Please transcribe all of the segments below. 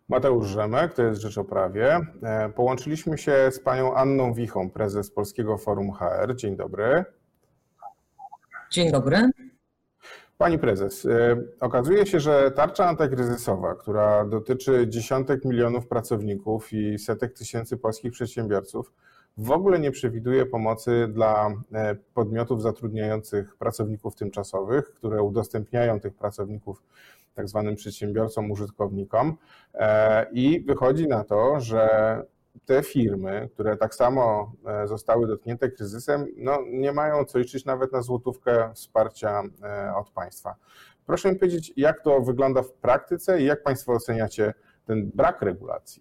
Mateusz Rzemek, to jest Rzecz o Prawie. Połączyliśmy się z panią Anną Wichą, prezes Polskiego Forum HR. Dzień dobry. Dzień dobry. Pani prezes, okazuje się, że tarcza antykryzysowa, która dotyczy dziesiątek milionów pracowników i setek tysięcy polskich przedsiębiorców, w ogóle nie przewiduje pomocy dla podmiotów zatrudniających pracowników tymczasowych, które udostępniają tych pracowników tak zwanym przedsiębiorcom, użytkownikom, i wychodzi na to, że te firmy, które tak samo zostały dotknięte kryzysem, nie mają co liczyć nawet na złotówkę wsparcia od państwa. Proszę mi powiedzieć, jak to wygląda w praktyce i jak państwo oceniacie ten brak regulacji?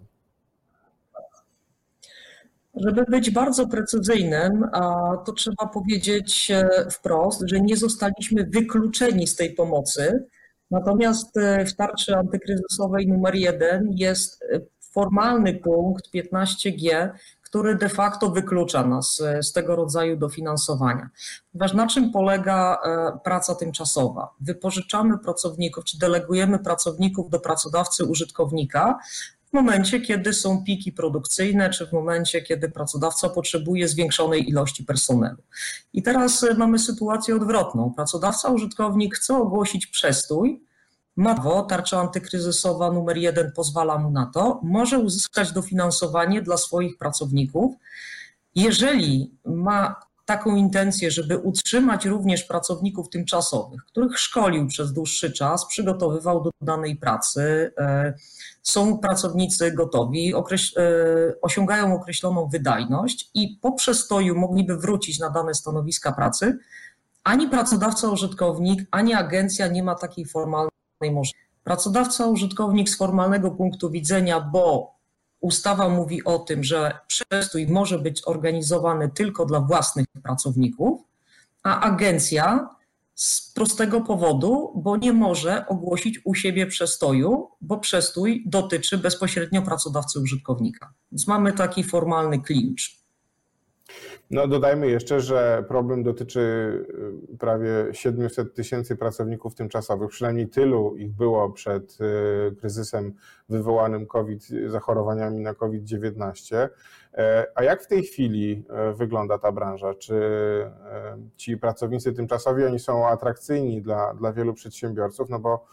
Żeby być bardzo precyzyjnym, to trzeba powiedzieć wprost, że nie zostaliśmy wykluczeni z tej pomocy. Natomiast w tarczy antykryzysowej numer 1 jest formalny punkt 15G, który de facto wyklucza nas z tego rodzaju dofinansowania. Ponieważ na czym polega praca tymczasowa? Wypożyczamy pracowników, czy delegujemy pracowników do pracodawcy użytkownika w momencie, kiedy są piki produkcyjne, czy w momencie, kiedy pracodawca potrzebuje zwiększonej ilości personelu. I teraz mamy sytuację odwrotną. Pracodawca użytkownik chce ogłosić przestój, tarcza antykryzysowa numer 1 pozwala mu na to, może uzyskać dofinansowanie dla swoich pracowników. Jeżeli ma taką intencję, żeby utrzymać również pracowników tymczasowych, których szkolił przez dłuższy czas, przygotowywał do danej pracy, są pracownicy gotowi, osiągają określoną wydajność i po przestoju mogliby wrócić na dane stanowiska pracy, ani pracodawca użytkownik, ani agencja nie ma takiej formalnej możliwości. Pracodawca użytkownik z formalnego punktu widzenia, bo ustawa mówi o tym, że przestój może być organizowany tylko dla własnych pracowników, a agencja z prostego powodu, bo nie może ogłosić u siebie przestoju, bo przestój dotyczy bezpośrednio pracodawcy użytkownika. Więc mamy taki formalny klincz. Dodajmy jeszcze, że problem dotyczy prawie 700 tysięcy pracowników tymczasowych, przynajmniej tylu ich było przed kryzysem wywołanym zachorowaniami na COVID-19. A jak w tej chwili wygląda ta branża? Czy ci pracownicy tymczasowi, oni są atrakcyjni dla wielu przedsiębiorców, bo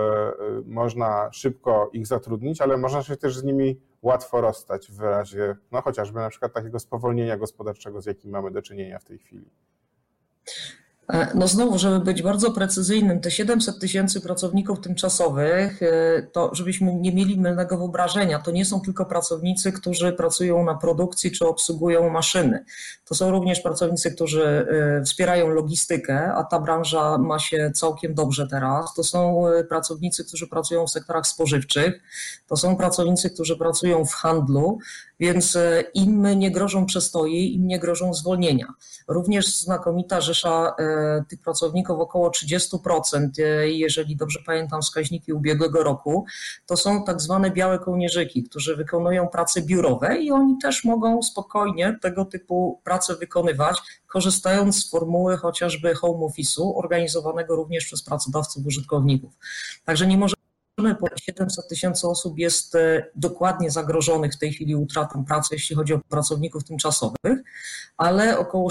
można szybko ich zatrudnić, ale można się też z nimi łatwo rozstać w razie chociażby na przykład takiego spowolnienia gospodarczego, z jakim mamy do czynienia w tej chwili. Znowu, żeby być bardzo precyzyjnym, te 700 tysięcy pracowników tymczasowych, to żebyśmy nie mieli mylnego wyobrażenia, to nie są tylko pracownicy, którzy pracują na produkcji czy obsługują maszyny. To są również pracownicy, którzy wspierają logistykę, a ta branża ma się całkiem dobrze teraz. To są pracownicy, którzy pracują w sektorach spożywczych, to są pracownicy, którzy pracują w handlu, więc im nie grożą przestoje, im nie grożą zwolnienia. Również znakomita rzesza tych pracowników, około 30%, jeżeli dobrze pamiętam wskaźniki ubiegłego roku, to są tak zwane białe kołnierzyki, którzy wykonują prace biurowe i oni też mogą spokojnie tego typu prace wykonywać, korzystając z formuły chociażby home office'u, organizowanego również przez pracodawców użytkowników. Także nie możemy 700 tysięcy osób jest dokładnie zagrożonych w tej chwili utratą pracy, jeśli chodzi o pracowników tymczasowych, ale około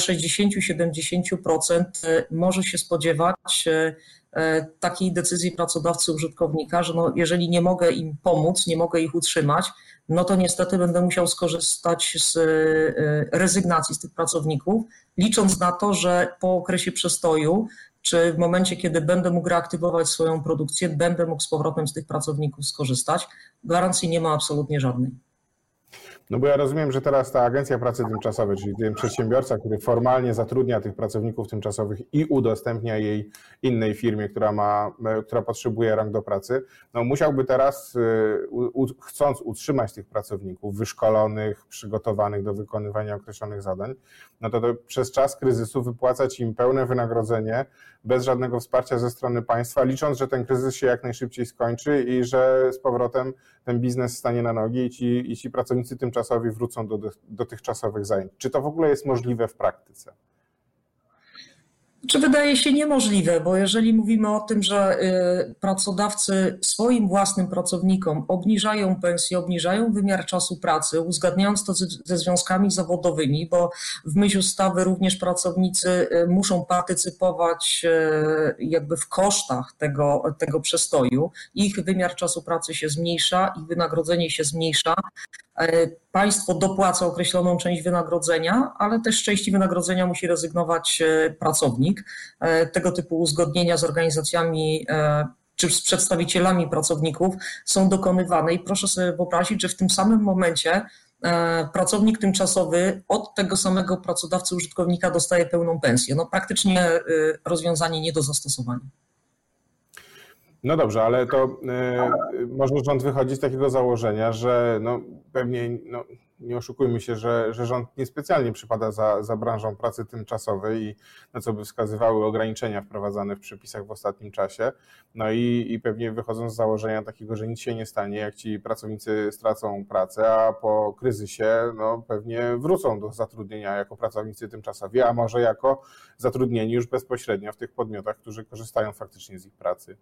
60-70% może się spodziewać takiej decyzji pracodawcy użytkownika, że jeżeli nie mogę im pomóc, nie mogę ich utrzymać, to niestety będę musiał skorzystać z rezygnacji z tych pracowników, licząc na to, że po okresie przestoju czy w momencie, kiedy będę mógł reaktywować swoją produkcję, będę mógł z powrotem z tych pracowników skorzystać. Gwarancji nie ma absolutnie żadnej. Bo ja rozumiem, że teraz ta Agencja Pracy Tymczasowej, czyli ten przedsiębiorca, który formalnie zatrudnia tych pracowników tymczasowych i udostępnia jej innej firmie, która potrzebuje rąk do pracy, musiałby teraz, chcąc utrzymać tych pracowników wyszkolonych, przygotowanych do wykonywania określonych zadań, to przez czas kryzysu wypłacać im pełne wynagrodzenie bez żadnego wsparcia ze strony państwa, licząc, że ten kryzys się jak najszybciej skończy i że z powrotem ten biznes stanie na nogi i ci pracownicy tymczasowi wrócą do dotychczasowych zajęć. Czy to w ogóle jest możliwe w praktyce? Czy wydaje się niemożliwe, bo jeżeli mówimy o tym, że pracodawcy swoim własnym pracownikom obniżają pensje, obniżają wymiar czasu pracy, uzgadniając to ze związkami zawodowymi, bo w myśl ustawy również pracownicy muszą partycypować jakby w kosztach tego przestoju, ich wymiar czasu pracy się zmniejsza, ich wynagrodzenie się zmniejsza. Państwo dopłaca określoną część wynagrodzenia, ale też z części wynagrodzenia musi rezygnować pracownik. Tego typu uzgodnienia z organizacjami czy z przedstawicielami pracowników są dokonywane i proszę sobie wyobrazić, że w tym samym momencie pracownik tymczasowy od tego samego pracodawcy użytkownika dostaje pełną pensję. No praktycznie rozwiązanie nie do zastosowania. No dobrze, ale to może rząd wychodzi z takiego założenia, że no pewnie nie oszukujmy się, że rząd niespecjalnie przypada za branżą pracy tymczasowej i na co by wskazywały ograniczenia wprowadzane w przepisach w ostatnim czasie. No i pewnie wychodzą z założenia takiego, że nic się nie stanie, jak ci pracownicy stracą pracę, a po kryzysie no pewnie wrócą do zatrudnienia jako pracownicy tymczasowi, a może jako zatrudnieni już bezpośrednio w tych podmiotach, którzy korzystają faktycznie z ich pracy.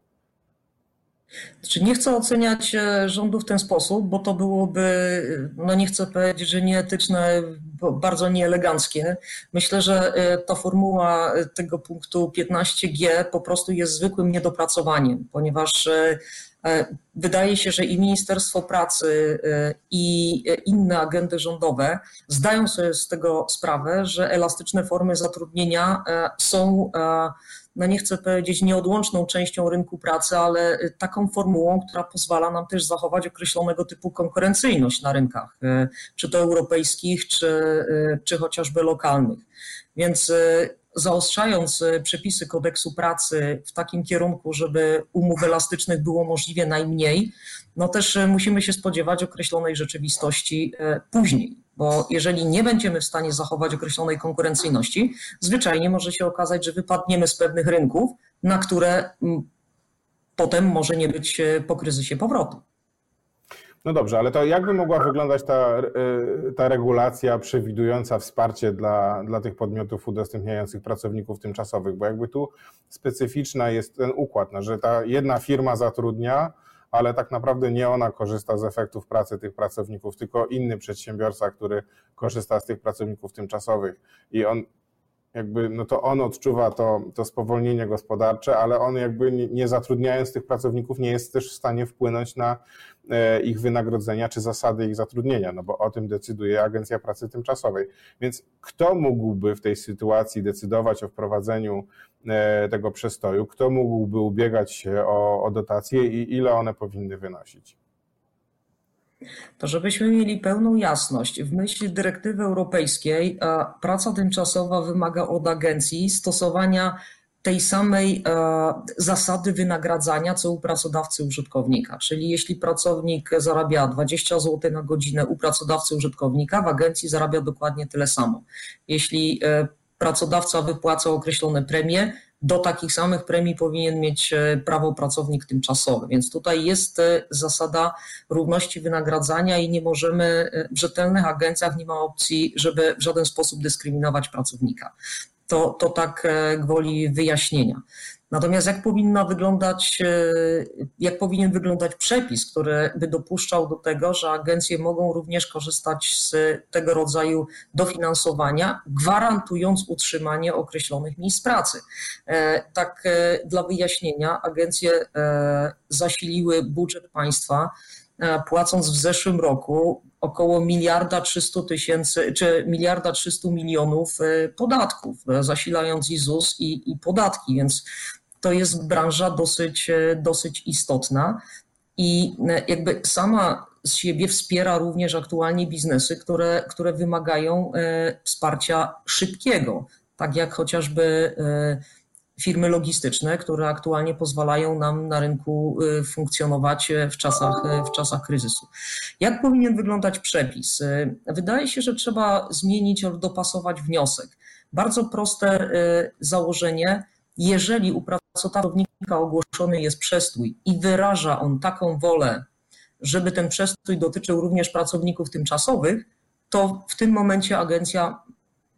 Znaczy nie chcę oceniać rządu w ten sposób, bo to byłoby, no nie chcę powiedzieć, że nieetyczne, bardzo nieeleganckie. Myślę, że ta formuła tego punktu 15g po prostu jest zwykłym niedopracowaniem, ponieważ wydaje się, że i Ministerstwo Pracy, i inne agendy rządowe zdają sobie z tego sprawę, że elastyczne formy zatrudnienia są, no nie chcę powiedzieć nieodłączną częścią rynku pracy, ale taką formułą, która pozwala nam też zachować określonego typu konkurencyjność na rynkach, czy to europejskich, czy chociażby lokalnych. Więc zaostrzając przepisy kodeksu pracy w takim kierunku, żeby umów elastycznych było możliwie najmniej, no też musimy się spodziewać określonej rzeczywistości później. Bo jeżeli nie będziemy w stanie zachować określonej konkurencyjności, zwyczajnie może się okazać, że wypadniemy z pewnych rynków, na które potem może nie być po kryzysie powrotu. No dobrze, ale to jakby mogła wyglądać ta regulacja przewidująca wsparcie dla tych podmiotów udostępniających pracowników tymczasowych? Bo jakby tu specyficzny jest ten układ, no, że ta jedna firma zatrudnia, ale tak naprawdę nie ona korzysta z efektów pracy tych pracowników, tylko inny przedsiębiorca, który korzysta z tych pracowników tymczasowych i on jakby, no to on odczuwa to spowolnienie gospodarcze, ale on jakby nie zatrudniając tych pracowników nie jest też w stanie wpłynąć na ich wynagrodzenia czy zasady ich zatrudnienia, no bo o tym decyduje Agencja Pracy Tymczasowej. Więc kto mógłby w tej sytuacji decydować o wprowadzeniu tego przestoju? Kto mógłby ubiegać się o dotacje i ile one powinny wynosić? To żebyśmy mieli pełną jasność, w myśl dyrektywy europejskiej praca tymczasowa wymaga od agencji stosowania tej samej zasady wynagradzania, co u pracodawcy użytkownika. Czyli jeśli pracownik zarabia 20 zł na godzinę u pracodawcy użytkownika, w agencji zarabia dokładnie tyle samo. Jeśli pracodawca wypłaca określone premie, do takich samych premii powinien mieć prawo pracownik tymczasowy. Więc tutaj jest zasada równości wynagradzania i nie możemy, w rzetelnych agencjach nie ma opcji, żeby w żaden sposób dyskryminować pracownika. To tak gwoli wyjaśnienia. Natomiast jak powinien wyglądać przepis, który by dopuszczał do tego, że agencje mogą również korzystać z tego rodzaju dofinansowania, gwarantując utrzymanie określonych miejsc pracy. Tak dla wyjaśnienia, agencje zasiliły budżet państwa, płacąc w zeszłym roku około 1,3 mld czy 1,3 mld podatków, zasilając i ZUS i podatki, więc to jest branża dosyć istotna i jakby sama z siebie wspiera również aktualnie biznesy, które wymagają wsparcia szybkiego, tak jak chociażby firmy logistyczne, które aktualnie pozwalają nam na rynku funkcjonować w czasach kryzysu. Jak powinien wyglądać przepis? Wydaje się, że trzeba zmienić lub dopasować wniosek. Bardzo proste założenie, jeżeli u pracownika ogłoszony jest przestój i wyraża on taką wolę, żeby ten przestój dotyczył również pracowników tymczasowych, to w tym momencie agencja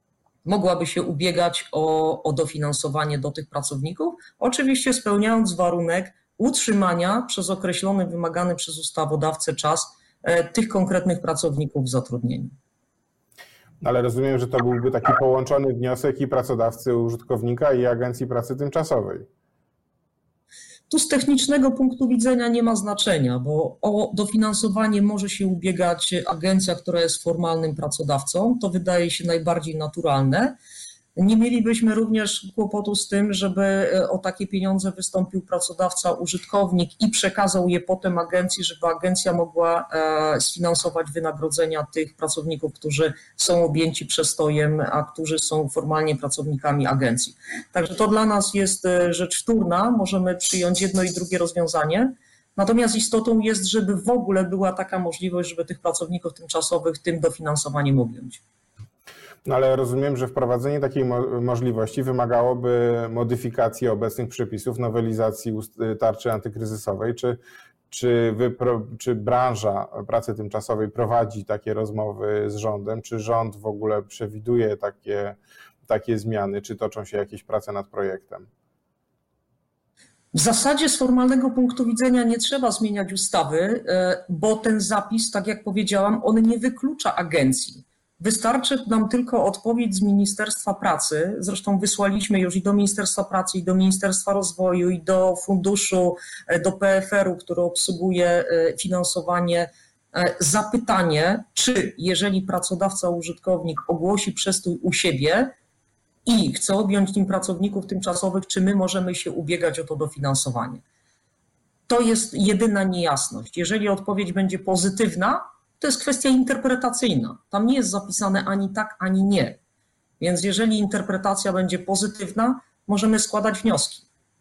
mogłaby się ubiegać o dofinansowanie do tych pracowników, oczywiście spełniając warunek utrzymania przez określony, wymagany przez ustawodawcę czas tych konkretnych pracowników w zatrudnieniu. Ale rozumiem, że to byłby taki połączony wniosek i pracodawcy, użytkownika i Agencji Pracy Tymczasowej. Tu z technicznego punktu widzenia nie ma znaczenia, bo o dofinansowanie może się ubiegać agencja, która jest formalnym pracodawcą. To wydaje się najbardziej naturalne. Nie mielibyśmy również kłopotu z tym, żeby o takie pieniądze wystąpił pracodawca, użytkownik i przekazał je potem agencji, żeby agencja mogła sfinansować wynagrodzenia tych pracowników, którzy są objęci przestojem, a którzy są formalnie pracownikami agencji. Także to dla nas jest rzecz wtórna, możemy przyjąć jedno i drugie rozwiązanie. Natomiast istotą jest, żeby w ogóle była taka możliwość, żeby tych pracowników tymczasowych tym dofinansowaniem objąć. No ale rozumiem, że wprowadzenie takiej możliwości wymagałoby modyfikacji obecnych przepisów, nowelizacji tarczy antykryzysowej. Czy branża pracy tymczasowej prowadzi takie rozmowy z rządem? Czy rząd w ogóle przewiduje takie zmiany? Czy toczą się jakieś prace nad projektem? W zasadzie z formalnego punktu widzenia nie trzeba zmieniać ustawy, bo ten zapis, tak jak powiedziałam, on nie wyklucza agencji. Wystarczy nam tylko odpowiedź z Ministerstwa Pracy, zresztą wysłaliśmy już i do Ministerstwa Pracy, i do Ministerstwa Rozwoju, i do funduszu, do PFR-u, który obsługuje finansowanie, zapytanie, czy jeżeli pracodawca, użytkownik ogłosi przestój u siebie i chce objąć nim pracowników tymczasowych, czy my możemy się ubiegać o to dofinansowanie. To jest jedyna niejasność. Jeżeli odpowiedź będzie pozytywna, to jest kwestia interpretacyjna. Tam nie jest zapisane ani tak, ani nie. Więc jeżeli interpretacja będzie pozytywna, możemy składać wnioski.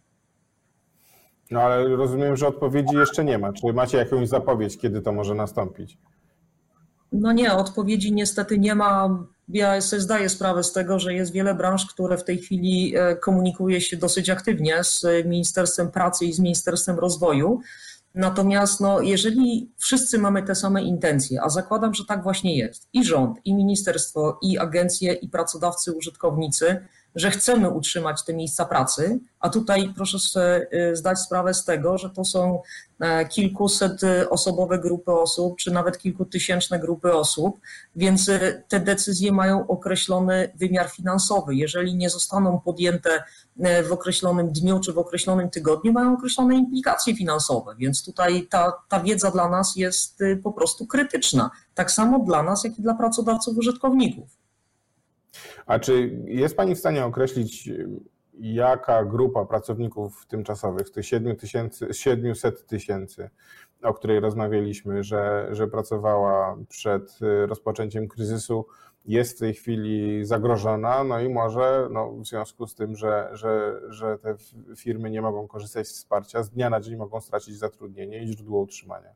No ale rozumiem, że odpowiedzi jeszcze nie ma. Czy macie jakąś zapowiedź, kiedy to może nastąpić? No nie, odpowiedzi niestety nie ma. Ja sobie zdaję sprawę z tego, że jest wiele branż, które w tej chwili komunikuje się dosyć aktywnie z Ministerstwem Pracy i z Ministerstwem Rozwoju. Natomiast jeżeli wszyscy mamy te same intencje, a zakładam, że tak właśnie jest, i rząd, i ministerstwo, i agencje, i pracodawcy, użytkownicy, że chcemy utrzymać te miejsca pracy, a tutaj proszę sobie zdać sprawę z tego, że to są kilkuset osobowe grupy osób, czy nawet kilkutysięczne grupy osób, więc te decyzje mają określony wymiar finansowy. Jeżeli nie zostaną podjęte w określonym dniu, czy w określonym tygodniu, mają określone implikacje finansowe, więc tutaj ta wiedza dla nas jest po prostu krytyczna. Tak samo dla nas, jak i dla pracodawców, użytkowników. A czy jest Pani w stanie określić, jaka grupa pracowników tymczasowych, tych 700 tysięcy, o której rozmawialiśmy, że pracowała przed rozpoczęciem kryzysu, jest w tej chwili zagrożona, no i może w związku z tym, że te firmy nie mogą korzystać z wsparcia, z dnia na dzień mogą stracić zatrudnienie i źródło utrzymania?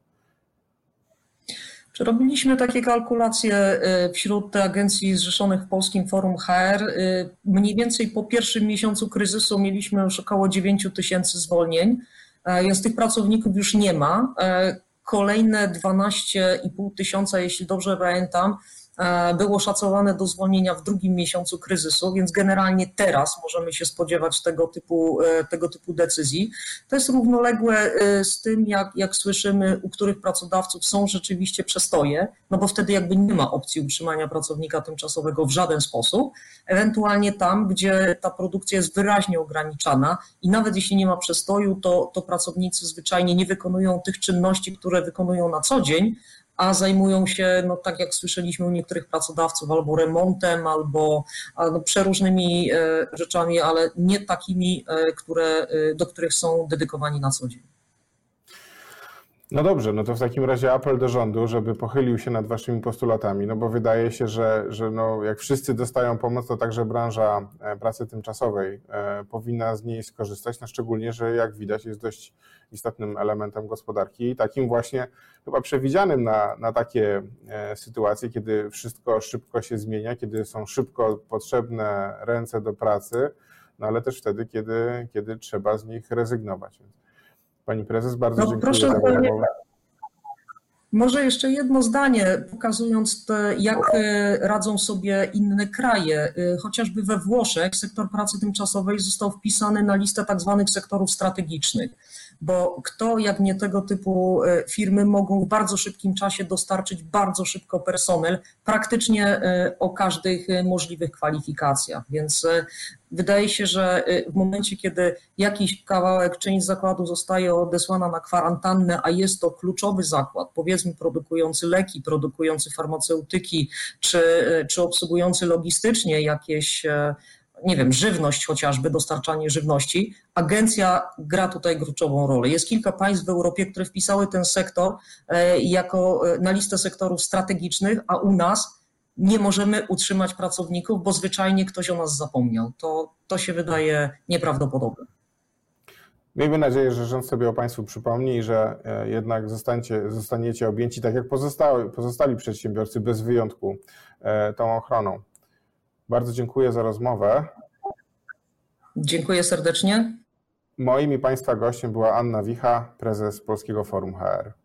Robiliśmy takie kalkulacje wśród agencji zrzeszonych w Polskim Forum HR. Mniej więcej po pierwszym miesiącu kryzysu mieliśmy już około 9 tysięcy zwolnień, więc tych pracowników już nie ma. Kolejne 12,5 tysiąca, jeśli dobrze pamiętam, było szacowane do zwolnienia w drugim miesiącu kryzysu, więc generalnie teraz możemy się spodziewać tego typu decyzji. To jest równoległe z tym, jak słyszymy, u których pracodawców są rzeczywiście przestoje, bo wtedy jakby nie ma opcji utrzymania pracownika tymczasowego w żaden sposób. Ewentualnie tam, gdzie ta produkcja jest wyraźnie ograniczana i nawet jeśli nie ma przestoju, to pracownicy zwyczajnie nie wykonują tych czynności, które wykonują na co dzień, a zajmują się, tak jak słyszeliśmy u niektórych pracodawców, albo remontem, albo przeróżnymi rzeczami, ale nie takimi, do których są dedykowani na co dzień. No dobrze, to w takim razie apel do rządu, żeby pochylił się nad waszymi postulatami, bo wydaje się, że jak wszyscy dostają pomoc, to także branża pracy tymczasowej powinna z niej skorzystać, szczególnie, że jak widać jest dość istotnym elementem gospodarki i takim właśnie chyba przewidzianym na takie sytuacje, kiedy wszystko szybko się zmienia, kiedy są szybko potrzebne ręce do pracy, ale też wtedy, kiedy trzeba z nich rezygnować. Pani prezes, bardzo dziękuję za rozmowę. Może jeszcze jedno zdanie, pokazując jak radzą sobie inne kraje. Chociażby we Włoszech sektor pracy tymczasowej został wpisany na listę tak zwanych sektorów strategicznych, bo kto jak nie tego typu firmy mogą w bardzo szybkim czasie dostarczyć bardzo szybko personel, praktycznie o każdych możliwych kwalifikacjach. Więc wydaje się, że w momencie, kiedy jakiś kawałek, część zakładu zostaje odesłana na kwarantannę, a jest to kluczowy zakład, powiedzmy produkujący leki, produkujący farmaceutyki, czy obsługujący logistycznie jakieś, nie wiem, żywność chociażby, dostarczanie żywności, agencja gra tutaj kluczową rolę. Jest kilka państw w Europie, które wpisały ten sektor jako na listę sektorów strategicznych, a u nas nie możemy utrzymać pracowników, bo zwyczajnie ktoś o nas zapomniał. To się wydaje nieprawdopodobne. Miejmy nadzieję, że rząd sobie o Państwu przypomni i że jednak zostaniecie objęci, tak jak pozostali przedsiębiorcy, bez wyjątku, tą ochroną. Bardzo dziękuję za rozmowę. Dziękuję serdecznie. Moim i Państwa gościem była Anna Wicha, prezes Polskiego Forum HR.